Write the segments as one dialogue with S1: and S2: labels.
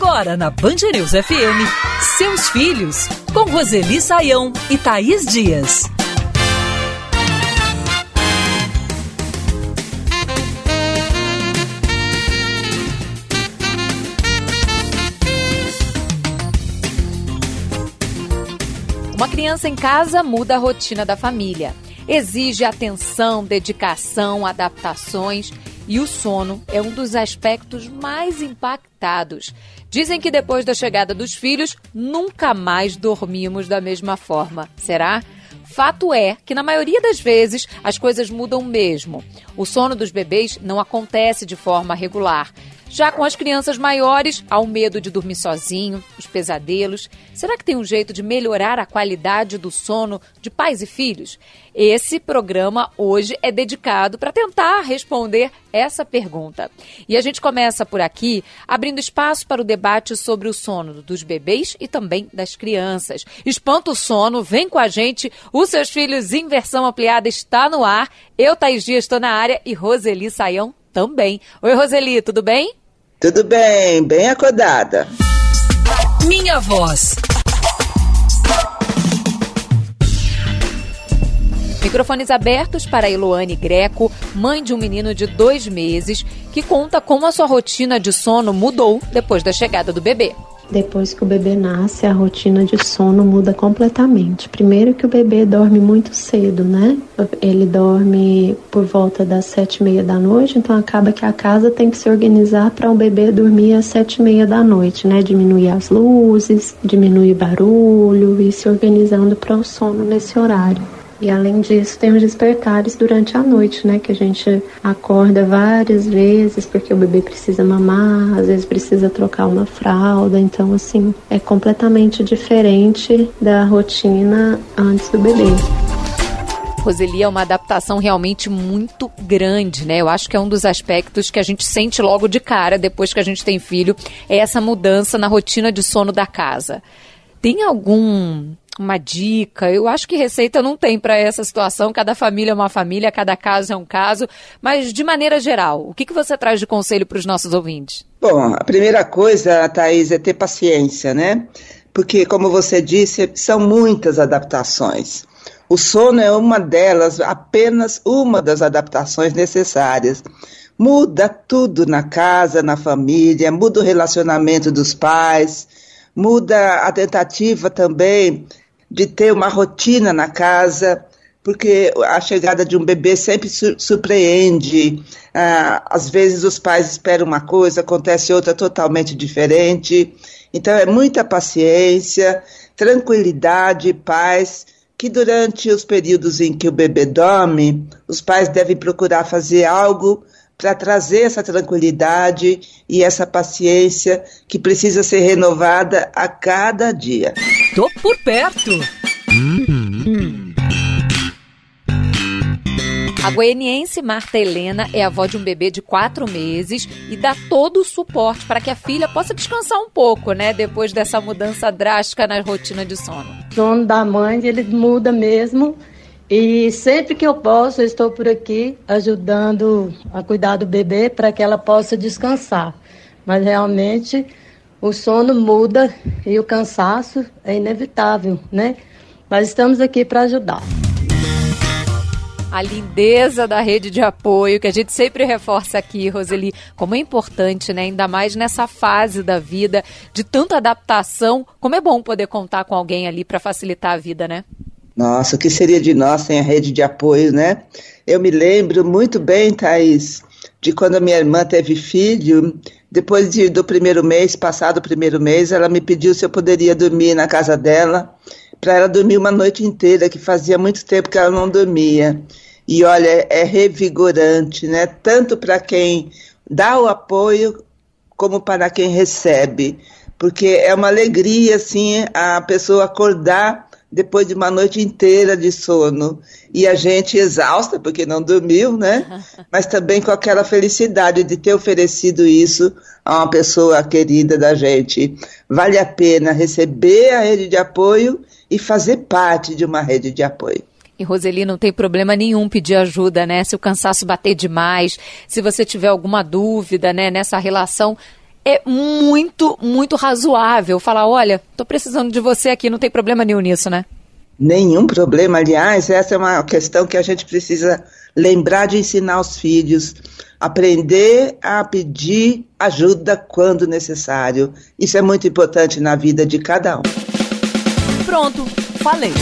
S1: Agora na Band News FM, Seus Filhos, com Roseli Saião e Thaís Dias. Uma criança em casa muda a rotina da família. Exige atenção, dedicação, adaptações e o sono é um dos aspectos mais impactados. Dizem que depois da chegada dos filhos, nunca mais dormimos da mesma forma. Será? Fato é que, na maioria das vezes, as coisas mudam mesmo. O sono dos bebês não acontece de forma regular. Já com as crianças maiores, há o medo de dormir sozinho, os pesadelos. Será que tem um jeito de melhorar a qualidade do sono de pais e filhos? Esse programa hoje é dedicado para tentar responder essa pergunta. E a gente começa por aqui, abrindo espaço para o debate sobre o sono dos bebês e também das crianças. Espanta o sono, vem com a gente, os Seus Filhos em versão ampliada está no ar. Eu, Thaís Dias, estou na área e Roseli Saião também. Oi, Roseli, tudo bem?
S2: Tudo bem, bem acordada.
S1: Minha voz.
S3: Microfones abertos para Eloane Greco, mãe de um menino de 2 meses, que conta como a sua rotina de sono mudou depois da chegada do bebê.
S4: Depois que o bebê nasce, a rotina de sono muda completamente. Primeiro que o bebê dorme muito cedo, né? Ele dorme por volta das 7h30 da noite, então acaba que a casa tem que se organizar para o bebê dormir às 7h30 da noite, né? Diminuir as luzes, diminuir barulho e se organizando para o sono nesse horário. E além disso, tem os despertares durante a noite, né? Que a gente acorda várias vezes porque o bebê precisa mamar, às vezes precisa trocar uma fralda. Então, assim, é completamente diferente da rotina antes do bebê.
S3: Roseli, é uma adaptação realmente muito grande, né? Eu acho que é um dos aspectos que a gente sente logo de cara depois que a gente tem filho, é essa mudança na rotina de sono da casa. Tem uma dica? Eu acho que receita não tem para essa situação, cada família é uma família, cada caso é um caso, mas de maneira geral, o que você traz de conselho para os nossos ouvintes?
S2: Bom, a primeira coisa, Thaís, é ter paciência, né? Porque, como você disse, são muitas adaptações. O sono é uma delas, apenas uma das adaptações necessárias. Muda tudo na casa, na família, muda o relacionamento dos pais, muda a tentativa também de ter uma rotina na casa, porque a chegada de um bebê sempre surpreende. Às vezes os pais esperam uma coisa, acontece outra totalmente diferente. Então é muita paciência, tranquilidade, paz, que durante os períodos em que o bebê dorme, os pais devem procurar fazer algo para trazer essa tranquilidade e essa paciência que precisa ser renovada a cada dia.
S1: Tô por perto!
S3: A goianiense Marta Helena é avó de um bebê de 4 meses e dá todo o suporte para que a filha possa descansar um pouco, né? Depois dessa mudança drástica na rotina de sono.
S5: O sono da mãe, ele muda mesmo. E sempre que eu posso, eu estou por aqui ajudando a cuidar do bebê para que ela possa descansar. Mas realmente o sono muda e o cansaço é inevitável, né? Mas estamos aqui para ajudar.
S3: A lindeza da rede de apoio, que a gente sempre reforça aqui, Roseli, como é importante, né? Ainda mais nessa fase da vida, de tanta adaptação, como é bom poder contar com alguém ali para facilitar a vida, né?
S2: Nossa, o que seria de nós sem a rede de apoio, né? Eu me lembro muito bem, Thaís, de quando a minha irmã teve filho. Depois do primeiro mês, passado o primeiro mês, ela me pediu se eu poderia dormir na casa dela, para ela dormir uma noite inteira, que fazia muito tempo que ela não dormia. E olha, é revigorante, né? Tanto para quem dá o apoio, como para quem recebe. Porque é uma alegria, assim, a pessoa acordar depois de uma noite inteira de sono, e a gente exausta, porque não dormiu, né? Mas também com aquela felicidade de ter oferecido isso a uma pessoa querida da gente. Vale a pena receber a rede de apoio e fazer parte de uma rede de apoio.
S3: E, Roseli, não tem problema nenhum pedir ajuda, né? Se o cansaço bater demais, se você tiver alguma dúvida, né, nessa relação,
S1: é muito, muito razoável falar, olha, tô precisando de você aqui, não tem problema nenhum nisso, né?
S2: Nenhum problema, aliás, essa é uma questão que a gente precisa lembrar de ensinar aos filhos, aprender a pedir ajuda quando necessário. Isso é muito importante na vida de cada um.
S1: Pronto, falei.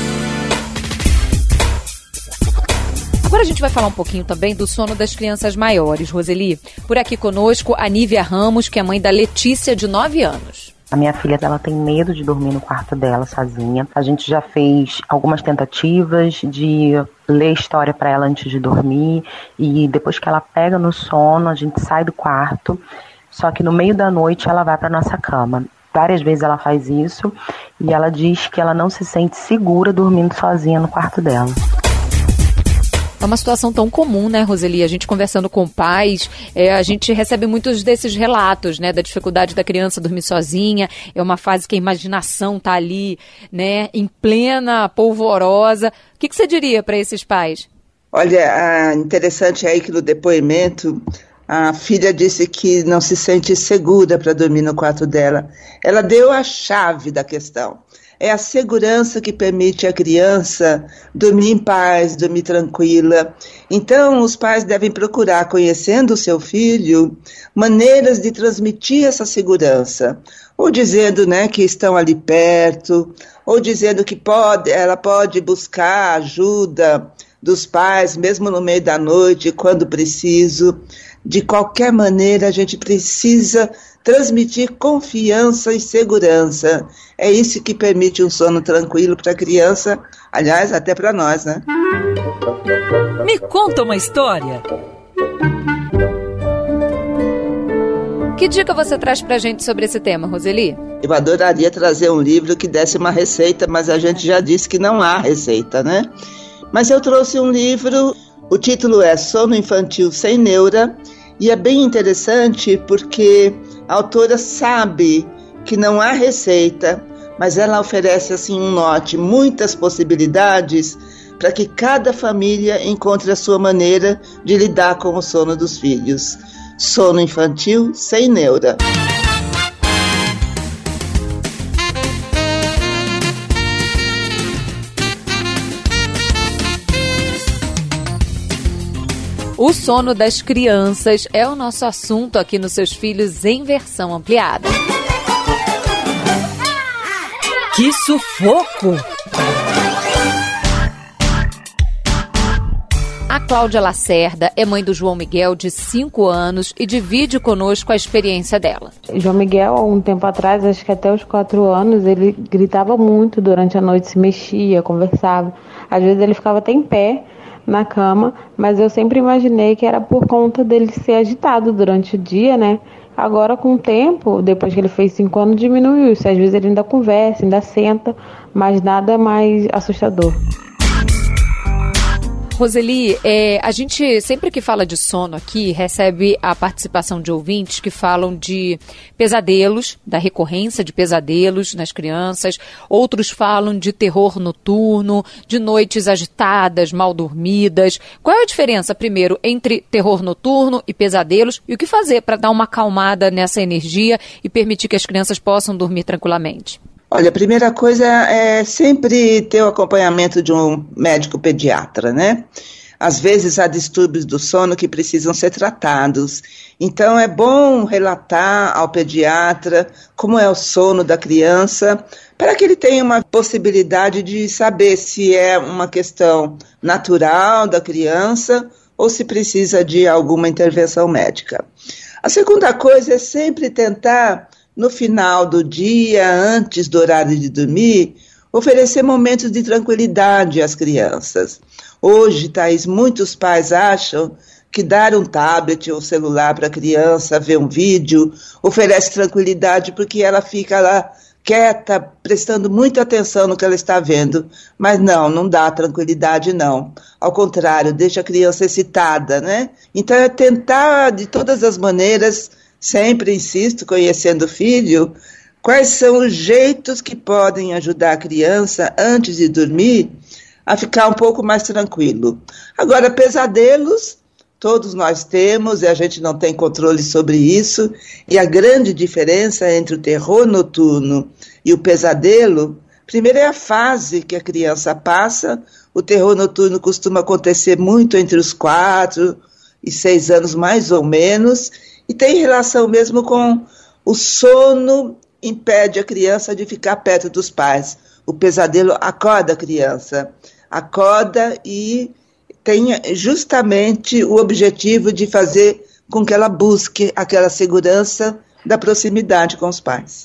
S1: Agora a gente vai falar um pouquinho também do sono das crianças maiores, Roseli. Por aqui conosco, a Nívia Ramos, que é mãe da Letícia, de 9 anos.
S6: A minha filha, ela tem medo de dormir no quarto dela sozinha. A gente já fez algumas tentativas de ler história para ela antes de dormir. E depois que ela pega no sono, a gente sai do quarto. Só que no meio da noite ela vai para nossa cama. Várias vezes ela faz isso e ela diz que ela não se sente segura dormindo sozinha no quarto dela.
S1: É uma situação tão comum, né, Roseli? A gente conversando com pais, a gente recebe muitos desses relatos, né, da dificuldade da criança dormir sozinha. É uma fase que a imaginação tá ali, né, em plena polvorosa. O que você diria para esses pais?
S2: Olha, interessante aí que no depoimento a filha disse que não se sente segura para dormir no quarto dela. Ela deu a chave da questão. É a segurança que permite a criança dormir em paz, dormir tranquila. Então, os pais devem procurar, conhecendo o seu filho, maneiras de transmitir essa segurança. Ou dizendo, né, que estão ali perto, ou dizendo que ela pode buscar ajuda dos pais, mesmo no meio da noite, quando preciso. De qualquer maneira, a gente precisa transmitir confiança e segurança. É isso que permite um sono tranquilo para a criança, aliás, até para nós, né?
S7: Me conta uma história.
S1: Que dica você traz pra gente sobre esse tema, Roseli?
S2: Eu adoraria trazer um livro que desse uma receita, mas a gente já disse que não há receita, né? Mas eu trouxe um livro, o título é Sono Infantil Sem Neura, e é bem interessante porque a autora sabe que não há receita, mas ela oferece assim um norte, muitas possibilidades para que cada família encontre a sua maneira de lidar com o sono dos filhos. Sono Infantil Sem Neura.
S1: O sono das crianças é o nosso assunto aqui nos Seus Filhos em versão ampliada.
S7: Que sufoco!
S1: A Cláudia Lacerda é mãe do João Miguel, de 5 anos, e divide conosco a experiência dela.
S8: João Miguel, há um tempo atrás, acho que até os 4 anos, ele gritava muito durante a noite, se mexia, conversava. Às vezes ele ficava até em pé na cama, mas eu sempre imaginei que era por conta dele ser agitado durante o dia, né? Agora, com o tempo, depois que ele fez 5 anos, diminuiu isso. Às vezes ele ainda conversa, ainda senta, mas nada mais assustador.
S1: Roseli, a gente sempre que fala de sono aqui, recebe a participação de ouvintes que falam de pesadelos, da recorrência de pesadelos nas crianças. Outros falam de terror noturno, de noites agitadas, mal dormidas. Qual é a diferença, primeiro, entre terror noturno e pesadelos? E o que fazer para dar uma acalmada nessa energia e permitir que as crianças possam dormir tranquilamente?
S2: Olha, a primeira coisa é sempre ter o acompanhamento de um médico pediatra, né? Às vezes há distúrbios do sono que precisam ser tratados. Então é bom relatar ao pediatra como é o sono da criança, para que ele tenha uma possibilidade de saber se é uma questão natural da criança ou se precisa de alguma intervenção médica. A segunda coisa é sempre tentar, no final do dia, antes do horário de dormir, oferecer momentos de tranquilidade às crianças. Hoje, Thaís, muitos pais acham que dar um tablet ou celular para a criança, ver um vídeo, oferece tranquilidade porque ela fica lá quieta, prestando muita atenção no que ela está vendo. Mas não dá tranquilidade, não. Ao contrário, deixa a criança excitada, né? Então é tentar, de todas as maneiras, sempre insisto, conhecendo o filho, quais são os jeitos que podem ajudar a criança, antes de dormir, a ficar um pouco mais tranquilo. Agora, pesadelos, todos nós temos e a gente não tem controle sobre isso. E a grande diferença entre o terror noturno e o pesadelo, primeiro é a fase que a criança passa. O terror noturno costuma acontecer muito entre os 4 e 6 anos, mais ou menos, e tem relação mesmo com o sono impede a criança de ficar perto dos pais. O pesadelo acorda a criança, acorda e tem justamente o objetivo de fazer com que ela busque aquela segurança da proximidade com os pais.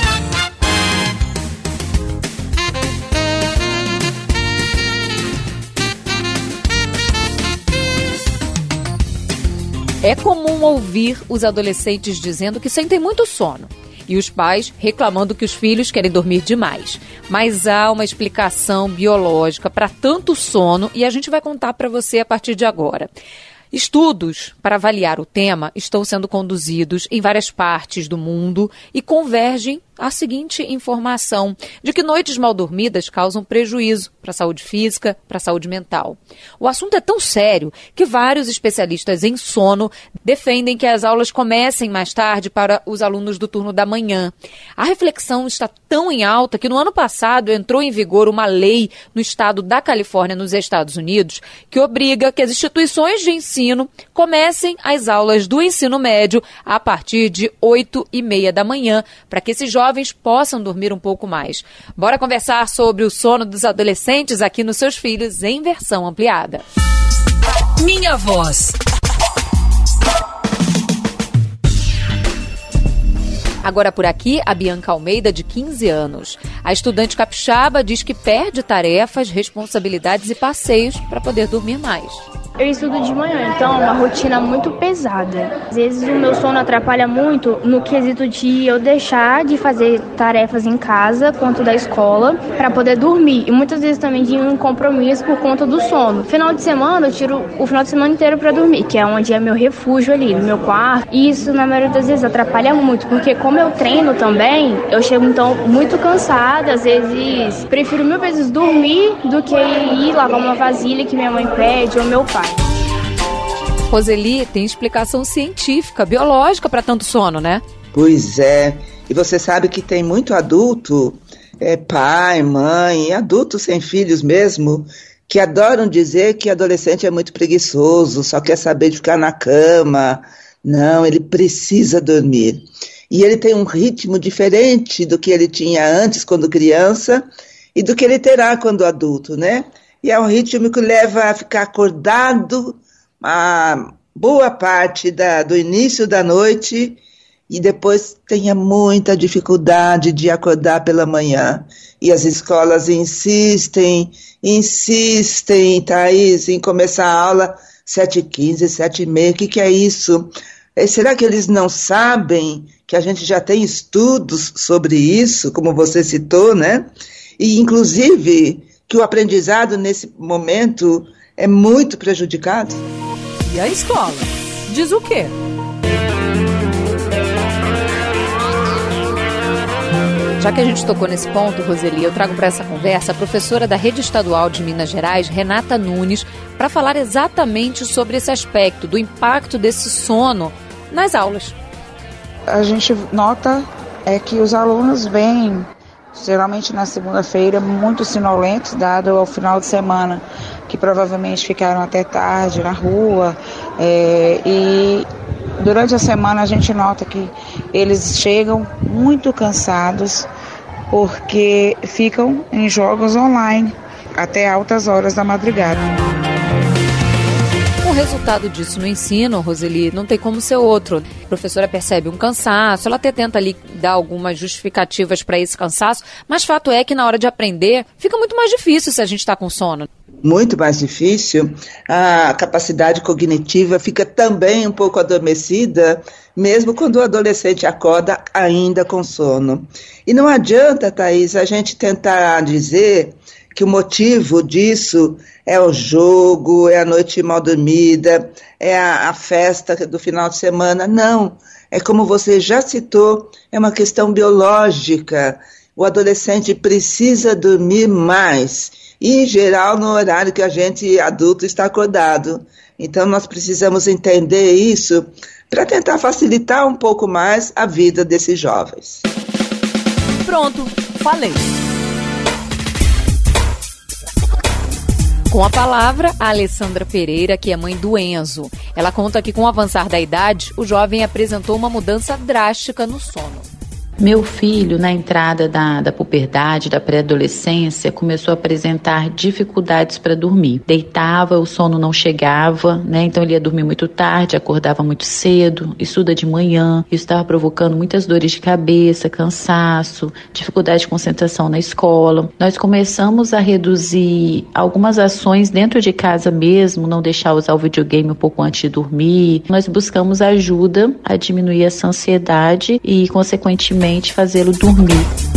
S1: É comum ouvir os adolescentes dizendo que sentem muito sono e os pais reclamando que os filhos querem dormir demais. Mas há uma explicação biológica para tanto sono e a gente vai contar para você a partir de agora. Estudos para avaliar o tema estão sendo conduzidos em várias partes do mundo e convergem a seguinte informação de que noites mal dormidas causam prejuízo para a saúde física, para a saúde mental. O assunto é tão sério que vários especialistas em sono defendem que as aulas comecem mais tarde para os alunos do turno da manhã. A reflexão está tão em alta que no ano passado entrou em vigor uma lei no estado da Califórnia, nos Estados Unidos, que obriga que as instituições de ensino comecem as aulas do ensino médio a partir de 8h30 da manhã, para que esses jovens possam dormir um pouco mais. Bora conversar sobre o sono dos adolescentes aqui nos Seus Filhos em versão ampliada.
S7: Minha voz.
S1: Agora por aqui, a Bianca Almeida, de 15 anos. A estudante capixaba diz que perde tarefas, responsabilidades e passeios para poder dormir mais.
S9: Eu estudo de manhã, então é uma rotina muito pesada. Às vezes o meu sono atrapalha muito no quesito de eu deixar de fazer tarefas em casa quanto da escola para poder dormir. E muitas vezes também de um compromisso por conta do sono. Final de semana eu tiro o final de semana inteiro para dormir, que é onde é meu refúgio ali, no meu quarto. E isso na maioria das vezes atrapalha muito, porque como eu treino também, eu chego então muito cansada. Às vezes prefiro 1000 vezes dormir do que ir lavar uma vasilha que minha mãe pede ou meu pai.
S1: Roseli, tem explicação científica, biológica para tanto sono, né?
S2: Pois é. E você sabe que tem muito adulto, pai, mãe, adultos sem filhos mesmo, que adoram dizer que adolescente é muito preguiçoso, só quer saber de ficar na cama. Não, ele precisa dormir. E ele tem um ritmo diferente do que ele tinha antes quando criança e do que ele terá quando adulto, né? E é um ritmo que leva a ficar acordado a boa parte do início da noite e depois tenha muita dificuldade de acordar pela manhã. E as escolas insistem, Thaís, em começar a aula 7h15, 7h30. O que é isso? Será que eles não sabem que a gente já tem estudos sobre isso, como você citou, né? E, inclusive, que o aprendizado nesse momento é muito prejudicado?
S7: E a escola? Diz o quê?
S1: Já que a gente tocou nesse ponto, Roseli, eu trago para essa conversa a professora da Rede Estadual de Minas Gerais, Renata Nunes, para falar exatamente sobre esse aspecto do impacto desse sono nas aulas.
S10: A gente nota que os alunos vêm, geralmente na segunda-feira, muito sonolentos, dado ao final de semana, que provavelmente ficaram até tarde na rua, e durante a semana a gente nota que eles chegam muito cansados porque ficam em jogos online até altas horas da madrugada.
S1: O resultado disso no ensino, Roseli, não tem como ser outro. A professora percebe um cansaço, ela até tenta ali dar algumas justificativas para esse cansaço, mas fato é que na hora de aprender fica muito mais difícil se a gente está com sono.
S2: Muito mais difícil. A capacidade cognitiva fica também um pouco adormecida, mesmo quando o adolescente acorda ainda com sono. E não adianta, Thaís, a gente tentar dizer que o motivo disso é o jogo, é a noite mal dormida, é a festa do final de semana. Não, é como você já citou, é uma questão biológica. O adolescente precisa dormir mais, e em geral no horário que a gente adulto está acordado. Então nós precisamos entender isso para tentar facilitar um pouco mais a vida desses jovens.
S7: Pronto, falei.
S1: Com a palavra, a Alessandra Pereira, que é mãe do Enzo. Ela conta que com o avançar da idade, o jovem apresentou uma mudança drástica no sono.
S11: Meu filho, na entrada da puberdade, da pré-adolescência, começou a apresentar dificuldades para dormir. Deitava, o sono não chegava, né? Então ele ia dormir muito tarde, acordava muito cedo, estuda de manhã. Isso estava provocando muitas dores de cabeça, cansaço, dificuldade de concentração na escola. Nós começamos a reduzir algumas ações dentro de casa mesmo, não deixar usar o videogame um pouco antes de dormir. Nós buscamos ajuda a diminuir essa ansiedade e, consequentemente, fazê-lo dormir.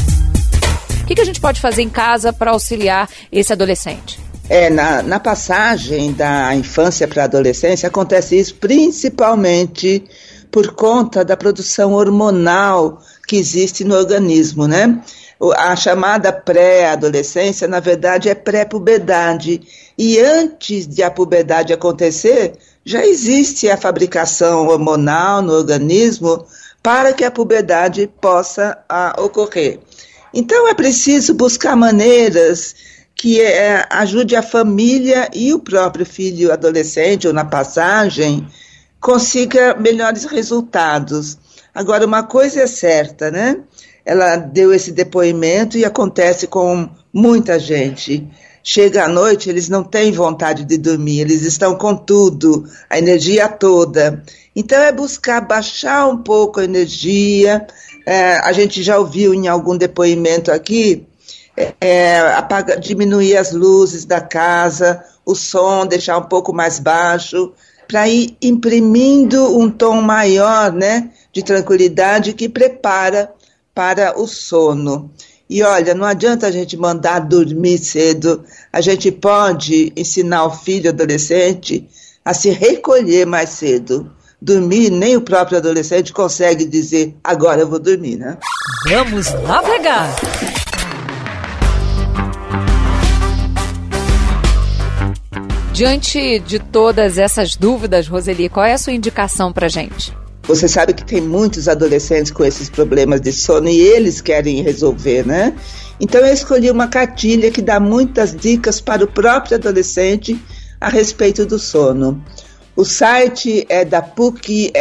S1: O que a gente pode fazer em casa para auxiliar esse adolescente?
S2: Na passagem da infância para a adolescência acontece isso principalmente por conta da produção hormonal que existe no organismo, né? A chamada pré-adolescência, na verdade, é pré-puberdade. E antes de a puberdade acontecer, já existe a fabricação hormonal no organismo para que a puberdade possa ocorrer. Então é preciso buscar maneiras que ajude a família e o próprio filho adolescente, ou na passagem, consiga melhores resultados. Agora, uma coisa é certa, né? Ela deu esse depoimento e acontece com muita gente. Chega à noite, eles não têm vontade de dormir, eles estão com tudo, a energia toda. Então é buscar baixar um pouco a energia. A gente já ouviu em algum depoimento aqui, diminuir as luzes da casa, o som, deixar um pouco mais baixo, para ir imprimindo um tom maior, né, de tranquilidade que prepara para o sono. E olha, não adianta a gente mandar dormir cedo, a gente pode ensinar o filho adolescente a se recolher mais cedo. Dormir, nem o próprio adolescente consegue dizer, agora eu vou dormir, né?
S7: Vamos navegar!
S1: Diante de todas essas dúvidas, Roseli, qual é a sua indicação pra gente?
S2: Você sabe que tem muitos adolescentes com esses problemas de sono e eles querem resolver, né? Então eu escolhi uma cartilha que dá muitas dicas para o próprio adolescente a respeito do sono. O site é da PUC-RS.br,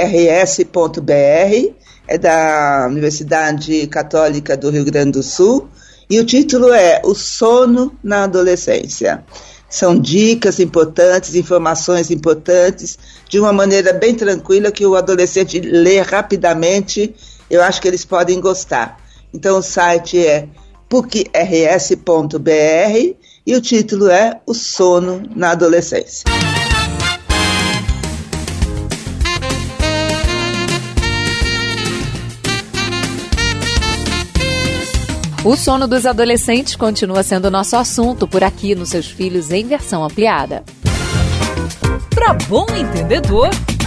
S2: é da Universidade Católica do Rio Grande do Sul, e o título é O Sono na Adolescência. São dicas importantes, informações importantes, de uma maneira bem tranquila que o adolescente lê rapidamente, eu acho que eles podem gostar. Então o site é pucrs.br e o título é O Sono na Adolescência.
S1: O sono dos adolescentes continua sendo nosso assunto por aqui nos Seus Filhos em versão ampliada.
S7: Para bom entendedor.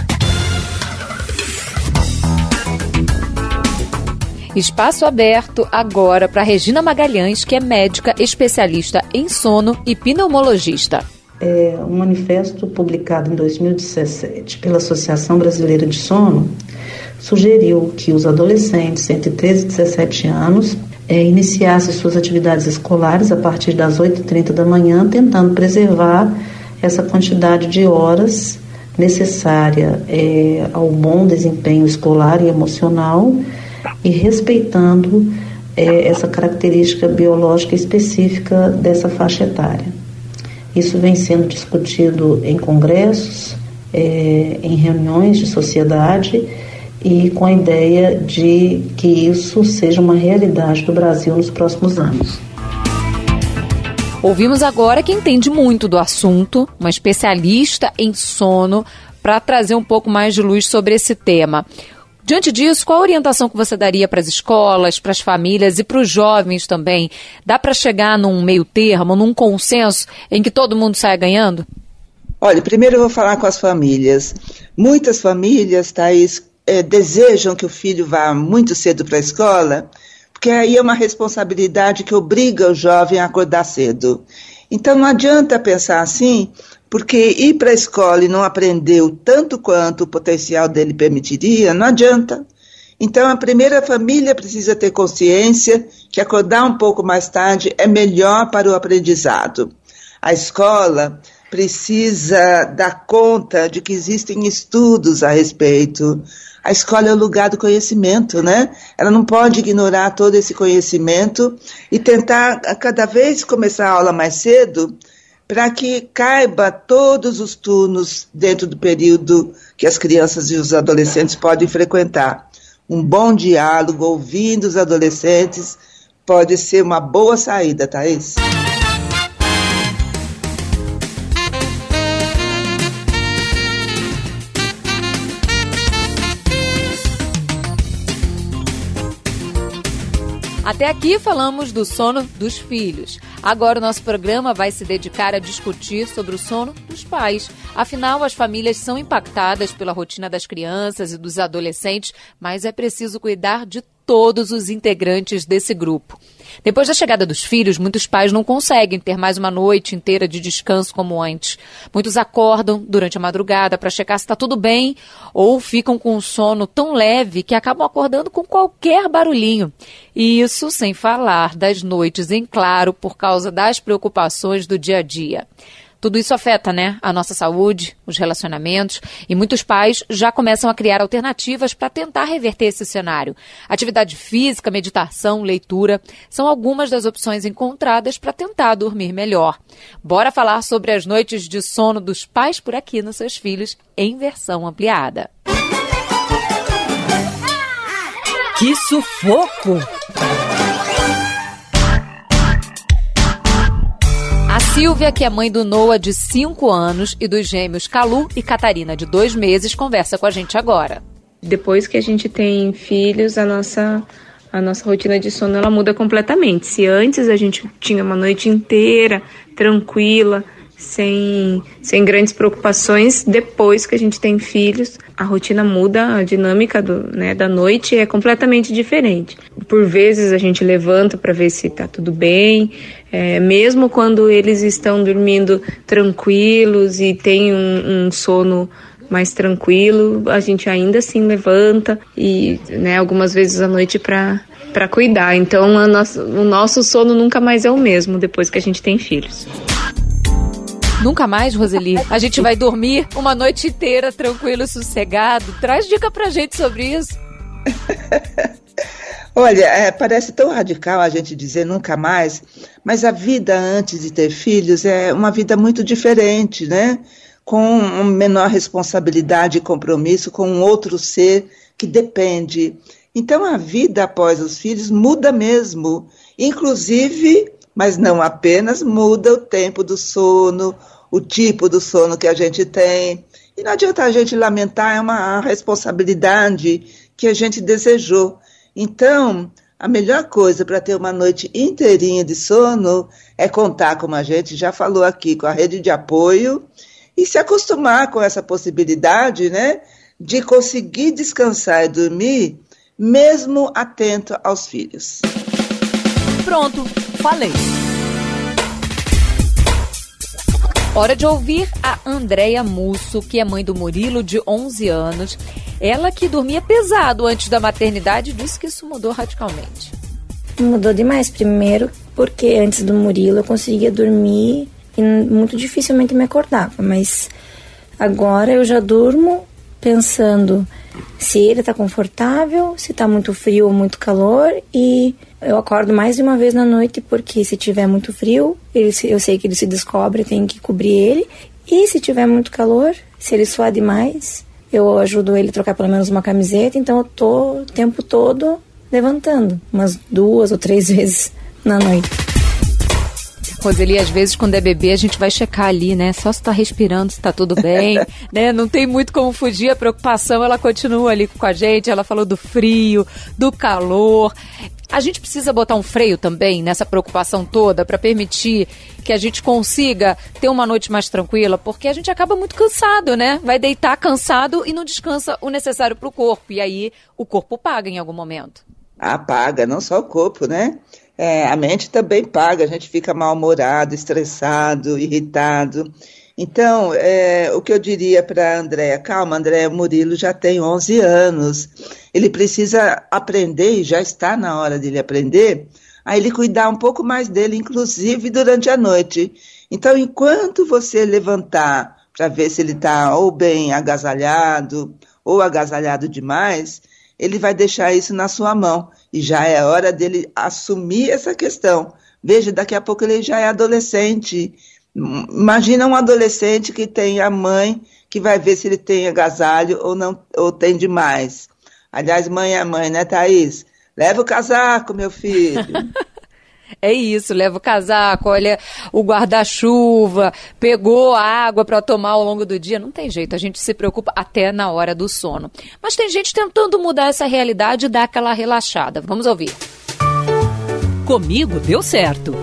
S1: Espaço aberto agora para Regina Magalhães, que é médica especialista em sono e pneumologista.
S12: Um manifesto publicado em 2017 pela Associação Brasileira de Sono sugeriu que os adolescentes entre 13 e 17 anos iniciassem suas atividades escolares a partir das 8h30 da manhã, tentando preservar essa quantidade de horas necessária ao bom desempenho escolar e emocional e respeitando essa característica biológica específica dessa faixa etária. Isso vem sendo discutido em congressos, em reuniões de sociedade e com a ideia de que isso seja uma realidade do Brasil nos próximos anos.
S1: Ouvimos agora quem entende muito do assunto, uma especialista em sono, para trazer um pouco mais de luz sobre esse tema. Diante disso, qual a orientação que você daria para as escolas, para as famílias e para os jovens também? Dá para chegar num meio termo, num consenso em que todo mundo saia ganhando?
S2: Olha, primeiro eu vou falar com as famílias. Muitas famílias, Thaís, desejam que o filho vá muito cedo para a escola, porque aí é uma responsabilidade que obriga o jovem a acordar cedo. Então não adianta pensar assim, Porque ir para a escola e não aprender o tanto quanto o potencial dele permitiria, não adianta. Então, a primeira família precisa ter consciência que acordar um pouco mais tarde é melhor para o aprendizado. A escola precisa dar conta de que existem estudos a respeito. A escola é o lugar do conhecimento, né? Ela não pode ignorar todo esse conhecimento e tentar cada vez começar a aula mais cedo para que caiba todos os turnos dentro do período que as crianças e os adolescentes podem frequentar. Um bom diálogo, ouvindo os adolescentes, pode ser uma boa saída, Thaís.
S1: Até aqui falamos do sono dos filhos. Agora o nosso programa vai se dedicar a discutir sobre o sono dos pais. Afinal, as famílias são impactadas pela rotina das crianças e dos adolescentes, mas é preciso cuidar de todos os integrantes desse grupo. Depois da chegada dos filhos, muitos pais não conseguem ter mais uma noite inteira de descanso como antes. Muitos acordam durante a madrugada para checar se está tudo bem ou ficam com um sono tão leve que acabam acordando com qualquer barulhinho. E isso sem falar das noites em claro por causa das preocupações do dia a dia. Tudo isso afeta, né, a nossa saúde, os relacionamentos, e muitos pais já começam a criar alternativas para tentar reverter esse cenário. Atividade física, meditação, leitura, são algumas das opções encontradas para tentar dormir melhor. Bora falar sobre as noites de sono dos pais por aqui nos Seus Filhos, em versão ampliada.
S7: Que sufoco!
S1: A Silvia, que é mãe do Noah, de 5 anos, e dos gêmeos Calu e Catarina, de 2 meses, conversa com a gente agora.
S13: Depois que a gente tem filhos, a nossa rotina de sono ela muda completamente. Se antes a gente tinha uma noite inteira, tranquila, sem grandes preocupações, depois que a gente tem filhos, a rotina muda, a dinâmica da noite é completamente diferente. Por vezes a gente levanta para ver se está tudo bem, mesmo quando eles estão dormindo tranquilos e tem um sono mais tranquilo, a gente ainda assim levanta e algumas vezes à noite para cuidar. Então o nosso sono nunca mais é o mesmo depois que a gente tem filhos.
S1: Nunca mais, Roseli? A gente vai dormir uma noite inteira tranquilo, sossegado? Traz dica pra gente sobre isso.
S2: Olha, parece tão radical a gente dizer nunca mais, mas a vida antes de ter filhos é uma vida muito diferente, né? Com menor responsabilidade e compromisso com um outro ser que depende. Então a vida após os filhos muda mesmo, inclusive, mas não apenas, muda o tempo do sono, o tipo do sono que a gente tem. E não adianta a gente lamentar, é uma responsabilidade que a gente desejou. Então, a melhor coisa para ter uma noite inteirinha de sono é contar, como a gente já falou aqui, com a rede de apoio e se acostumar com essa possibilidade, né, de conseguir descansar e dormir, mesmo atento aos filhos.
S7: Pronto, falei.
S1: Hora de ouvir a Andréia Musso, que é mãe do Murilo, de 11 anos. Ela que dormia pesado antes da maternidade, disse que isso mudou radicalmente.
S14: Mudou demais. Primeiro porque antes do Murilo eu conseguia dormir e muito dificilmente me acordava. Mas agora eu já durmo pensando se ele está confortável, se está muito frio ou muito calor, e eu acordo mais de uma vez na noite porque se tiver muito frio, eu sei que ele se descobre, tenho que cobrir ele, e se tiver muito calor, se ele suar demais, eu ajudo ele a trocar pelo menos uma camiseta, então eu tô o tempo todo levantando, umas 2 ou 3 vezes na noite.
S1: Roseli, às vezes quando é bebê a gente vai checar ali, né? Só se tá respirando, se tá tudo bem, né? Não tem muito como fugir, a preocupação ela continua ali com a gente, ela falou do frio, do calor. A gente precisa botar um freio também nessa preocupação toda para permitir que a gente consiga ter uma noite mais tranquila, porque a gente acaba muito cansado, né? Vai deitar cansado e não descansa o necessário para o corpo, e aí o corpo paga em algum momento.
S2: Ah, paga, não só o corpo, né? A mente também paga, a gente fica mal-humorado, estressado, irritado. Então, o que eu diria para a Andréa, calma, Andréa, Murilo já tem 11 anos, ele precisa aprender, e já está na hora dele aprender, a ele cuidar um pouco mais dele, inclusive durante a noite. Então, enquanto você levantar para ver se ele está ou bem agasalhado, ou agasalhado demais, ele vai deixar isso na sua mão, e já é hora dele assumir essa questão. Veja, daqui a pouco ele já é adolescente. Imagina um adolescente que tem a mãe que vai ver se ele tem agasalho ou não, ou tem demais. Aliás, mãe é mãe, né, Thaís? Leva o casaco, meu filho.
S1: É isso, leva o casaco, olha o guarda-chuva, pegou a água para tomar ao longo do dia. Não tem jeito, a gente se preocupa até na hora do sono. Mas tem gente tentando mudar essa realidade e dar aquela relaxada. Vamos ouvir.
S7: Comigo deu certo.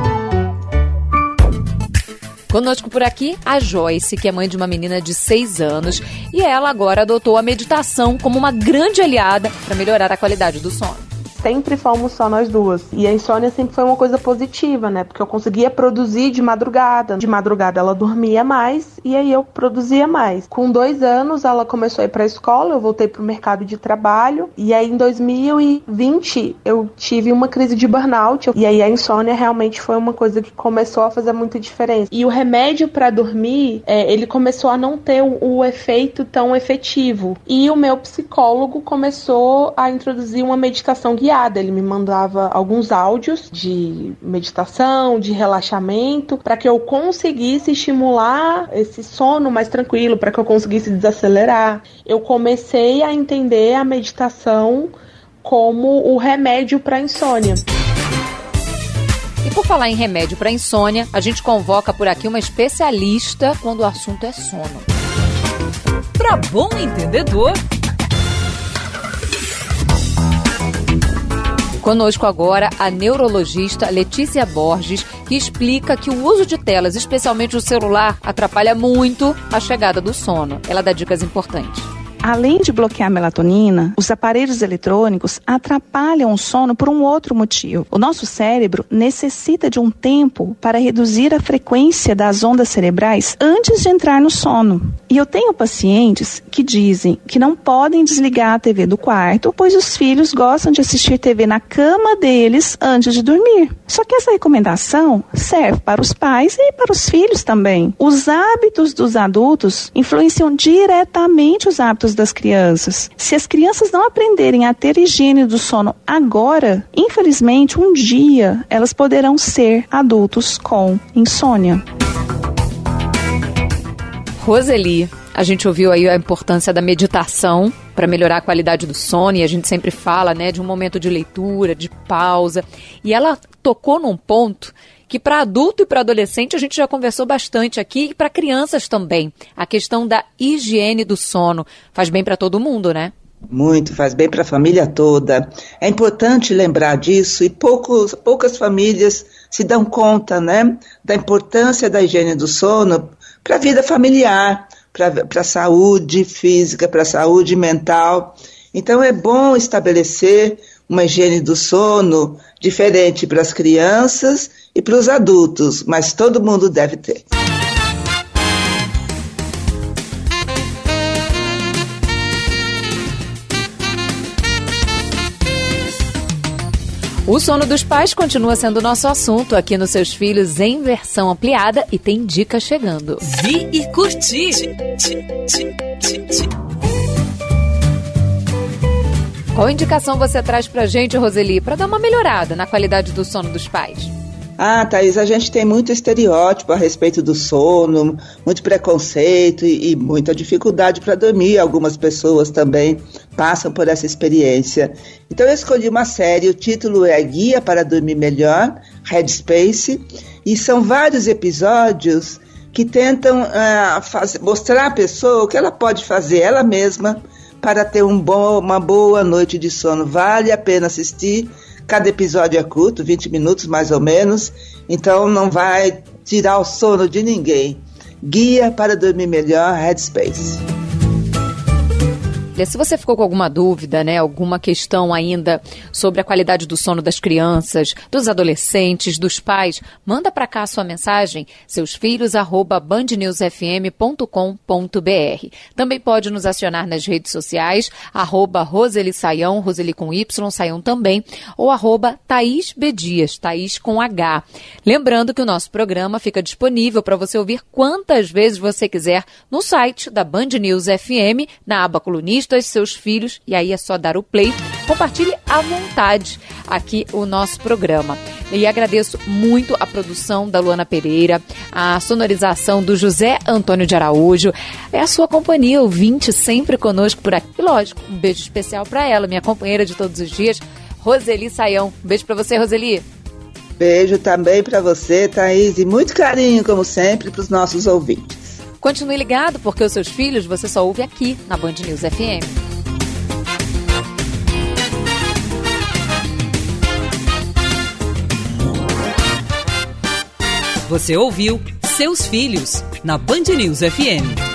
S1: Conosco por aqui, a Joyce, que é mãe de uma menina de 6 anos, e ela agora adotou a meditação como uma grande aliada para melhorar a qualidade do sono.
S8: Sempre fomos só nós duas. E a insônia sempre foi uma coisa positiva, né? Porque eu conseguia produzir de madrugada. De madrugada ela dormia mais e aí eu produzia mais. Com 2 anos ela começou a ir pra escola, eu voltei pro mercado de trabalho. E aí em 2020 eu tive uma crise de burnout. E aí a insônia realmente foi uma coisa que começou a fazer muita diferença. E o remédio pra dormir, ele começou a não ter o efeito tão efetivo. E o meu psicólogo começou a introduzir uma meditação guiada. Ele me mandava alguns áudios de meditação, de relaxamento, para que eu conseguisse estimular esse sono mais tranquilo, para que eu conseguisse desacelerar. Eu comecei a entender a meditação como o remédio para a insônia.
S1: E por falar em remédio para insônia, a gente convoca por aqui uma especialista quando o assunto é sono.
S7: Para bom entendedor...
S1: Conosco agora a neurologista Letícia Borges, que explica que o uso de telas, especialmente o celular, atrapalha muito a chegada do sono. Ela dá dicas importantes.
S15: Além de bloquear a melatonina, os aparelhos eletrônicos atrapalham o sono por um outro motivo. O nosso cérebro necessita de um tempo para reduzir a frequência das ondas cerebrais antes de entrar no sono. E eu tenho pacientes que dizem que não podem desligar a TV do quarto, pois os filhos gostam de assistir TV na cama deles antes de dormir. Só que essa recomendação serve para os pais e para os filhos também. Os hábitos dos adultos influenciam diretamente os hábitos das crianças. Se as crianças não aprenderem a ter higiene do sono agora, infelizmente, um dia elas poderão ser adultos com insônia.
S1: Roseli, a gente ouviu aí a importância da meditação para melhorar a qualidade do sono, e a gente sempre fala, né, de um momento de leitura, de pausa, e ela tocou num ponto que para adulto e para adolescente a gente já conversou bastante aqui, e para crianças também. A questão da higiene do sono faz bem para todo mundo, né?
S2: Muito, faz bem para a família toda. É importante lembrar disso, e poucas famílias se dão conta, né, da importância da higiene do sono para a vida familiar, para a saúde física, para a saúde mental. Então é bom estabelecer uma higiene do sono diferente para as crianças e para os adultos, mas todo mundo deve ter.
S1: O sono dos pais continua sendo nosso assunto aqui nos Seus Filhos em versão ampliada, e tem dica chegando.
S7: Vi e curti!
S1: Qual indicação você traz pra gente, Roseli, para dar uma melhorada na qualidade do sono dos pais?
S2: Thaís, a gente tem muito estereótipo a respeito do sono, muito preconceito e muita dificuldade para dormir. Algumas pessoas também passam por essa experiência. Então eu escolhi uma série, o título é Guia para Dormir Melhor, Headspace, e são vários episódios que tentam mostrar à pessoa o que ela pode fazer ela mesma para ter uma boa noite de sono. Vale a pena assistir. Cada episódio é curto, 20 minutos mais ou menos, então não vai tirar o sono de ninguém. Guia para Dormir Melhor, Headspace.
S1: Lúcia, se você ficou com alguma dúvida, né, alguma questão ainda sobre a qualidade do sono das crianças, dos adolescentes, dos pais, manda para cá a sua mensagem, seusfilhos@bandnewsfm.com.br. Também pode nos acionar nas redes sociais, @Roseli Saião, Roseli com Y, Saião também, ou @Thaís B. Dias, Thaís com H. Lembrando que o nosso programa fica disponível para você ouvir quantas vezes você quiser no site da Band News FM, na aba Colunistas, Seus Filhos, e aí é só dar o play. Compartilhe à vontade aqui o nosso programa. E agradeço muito a produção da Luana Pereira, a sonorização do José Antônio de Araújo, é a sua companhia, ouvinte, sempre conosco por aqui. E lógico, um beijo especial para ela, minha companheira de todos os dias, Roseli Saião. Um beijo para você, Roseli.
S2: Beijo também para você, Thaís, e muito carinho, como sempre, para os nossos ouvintes.
S1: Continue ligado, porque os seus filhos você só ouve aqui na Band News FM.
S7: Você ouviu Seus Filhos, na Band News FM.